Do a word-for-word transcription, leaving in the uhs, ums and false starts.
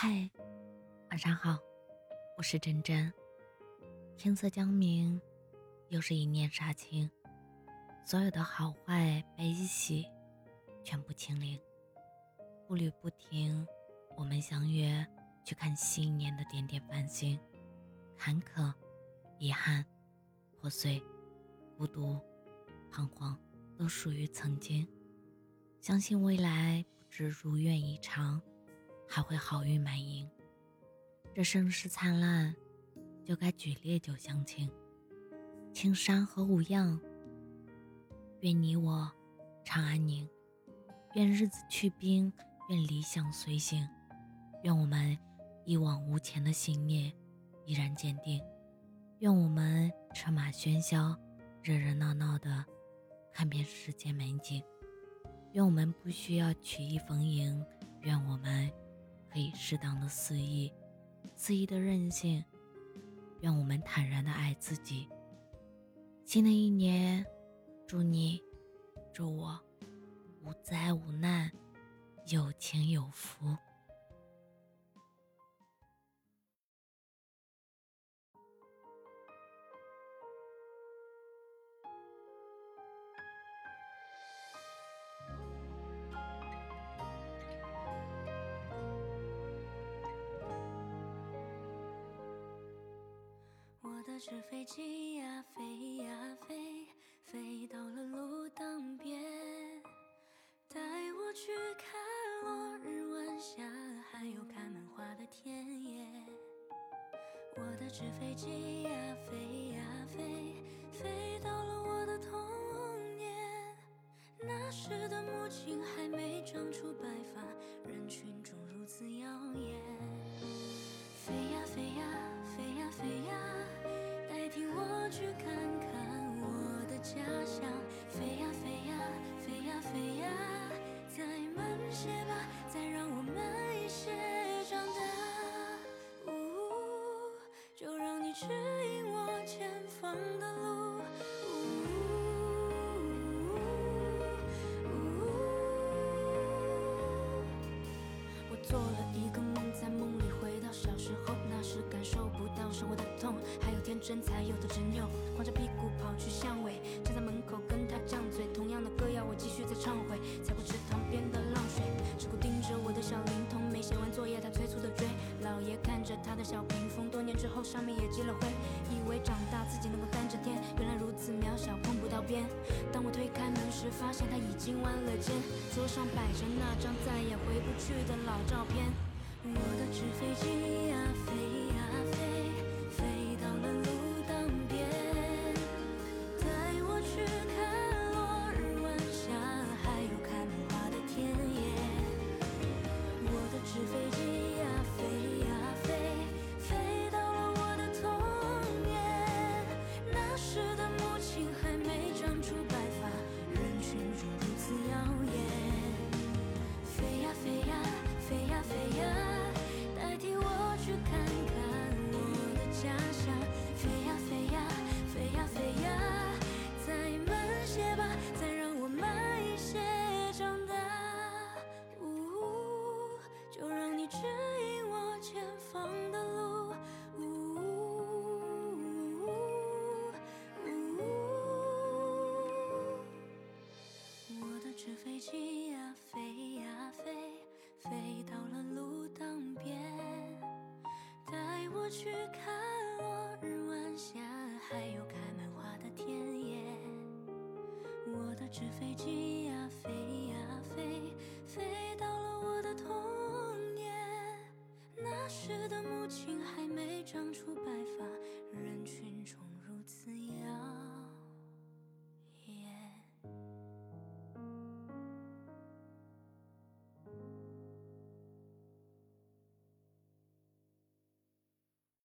嗨，晚上好，我是真真。天色将明，又是一念杀青，所有的好坏悲喜全部清零。步履不停，我们相约去看新一年的点点繁星，坎坷、遗憾、破碎、孤独、彷徨，都属于曾经。相信未来不止如愿以偿，还会好运满盈。这盛世灿烂，就该举烈酒相庆。青山和无恙，愿你我常安宁。愿日子去冰，愿理想随行。愿我们一往无前的信念依然坚定。愿我们车马喧嚣，热热闹闹的看遍世间美景。愿我们不需要曲意逢迎，愿我们可以适当的肆意，肆意的任性。愿我们坦然的爱自己。新的一年，祝你，祝我无灾无难，有情有福。 我的纸飞机呀飞呀飞，飞到了路当边，带我去看落日晚霞，还有开满花的田野。我的纸飞机呀飞呀飞，飞到了我的童年，那时的母亲还没长出白发，人群中如此耀眼。飞呀飞呀飞呀飞呀，代替我去看看我的家乡。飞呀飞呀飞呀飞呀，再慢些吧，再让我慢一些长大。呜，就让你指引我前方的路。我做了一个梦，在梦里回到小时候，那时感受不到生活的痛，还有天真才有的执拗，光着屁股跑去巷尾，站在门口跟他犟嘴，同样的歌谣我继续在唱回，踩过池塘边的浪水，只顾盯着我的小灵通，没写完作业他催促的追，老爷看着他的小屏风，多年之后上面也积了灰，以为长大自己能够担着天，原来如此渺小碰不到边。当我推开门时发现他已经弯了肩，桌上摆着那张再也回不去的老照片。我的纸飞机呀飞呀飞，飞到了路当边，带我去看落日晚霞，还有开满花的田野。我的纸飞机呀飞呀飞，飞到了我的童年，那时的母亲还没长出白发，人群中如此耀眼。飞呀飞呀飞呀飞呀，代替我去看看我的家乡。飞呀飞呀飞呀飞呀，再慢些吧，再让我慢一些长大。呜，就让你指引我前方的路。呜呜，我的纸飞机呀飞呀飞，飞到了路当边，带我去看落日晚霞，还有开满花的田野。我的纸飞机呀飞呀飞，飞到了我的童年，那时的母亲还